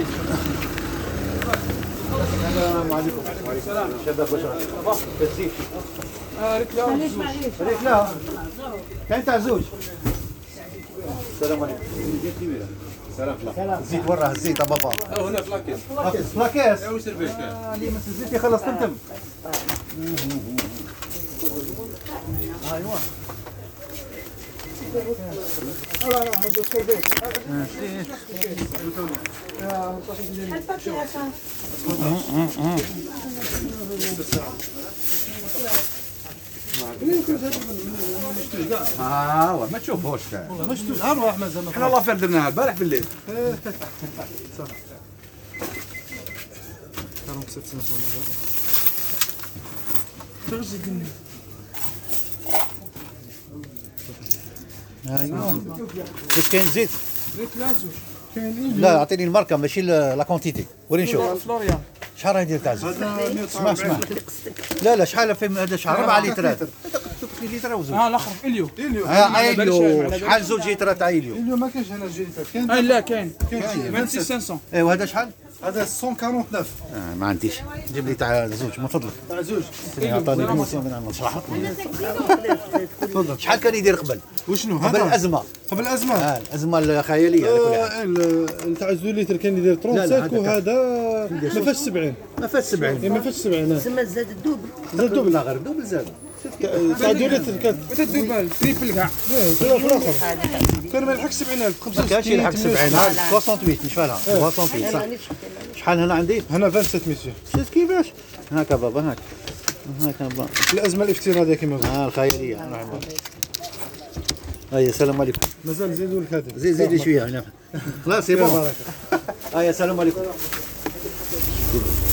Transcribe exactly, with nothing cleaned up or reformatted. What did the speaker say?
السلام عليكم. وعليكم السلام. شباب واش راك؟ الزيت. اه ركله. معليش معليش. ركله. كاين تاع زوج. السلام عليكم. سلام سلام. الزيت وين راه الزيت يا بابا؟ اه هنا فلاكيس. فلاكيس فلاكيس. ايوا سير بك. اه اللي مس الزيت يخلص تمتم. ايوا. اه ما تشوفوش والله ما شفتو نهار واحد مازال احنا لافير درناها البارح في الليل. ايوا. واش كاين زيت؟ ركله زوج. لا اعطيني الماركه ماشي لا كونتيتي. وريني نشوف. فلوريان. شحال راهي دير تاع زيت؟ اسمع اسمع. لا لا شحال في هذا شحال أربعة لترات. لتر وزوج. اه الاخر اليو. ها ايليو شحال زوج لترات تاع ايليو؟ اليوم ما كاينش هنا جيتات كاين اه لا كاين. كاين ستة آلاف وخمسمية. ايوا هذا شحال؟ هذا مية وأربعة وأربعين آه ما عنديش. جيب لي تاع زوج من فضلك. تاع زوج. عطاني كوميسيون من نشرح لك. تفضل. شحال كان يدير قبل؟ وشنو قبل هذا؟ الازمه. قبل الازمه اه الازمه الخياليه على كل حال. ال- تاع زوج لتر كان يدير لا، لا، ثلاثين هذا وهذا ما فاش سبعين. ما فات سبعين. ما فاش سبعين. تسمى زاد الدوبل. زاد دوبل لا غير دوبل زاد. تاع زوج لتر كان وتدوبل تريبل كاع. في الاخر كان ما يلحقش سبعين ألف ما كانش يلحق سبعين. ثمانية ثمانية وثمانين نشفى لها ثمانية وثمانين صح. شحال هنا عندي؟ هنا سبعة وعشرين ميتين. شفت كيفاش؟ هاكا بابا هاك. هاكا بابا. الازمه الافتراضيه كما قلت. اه الخياليه. هيا السلام عليكم. مازال نزيدوا لك هذا. زيد زيد لي شويه هنا. خلاص سي بون. هيا السلام عليكم.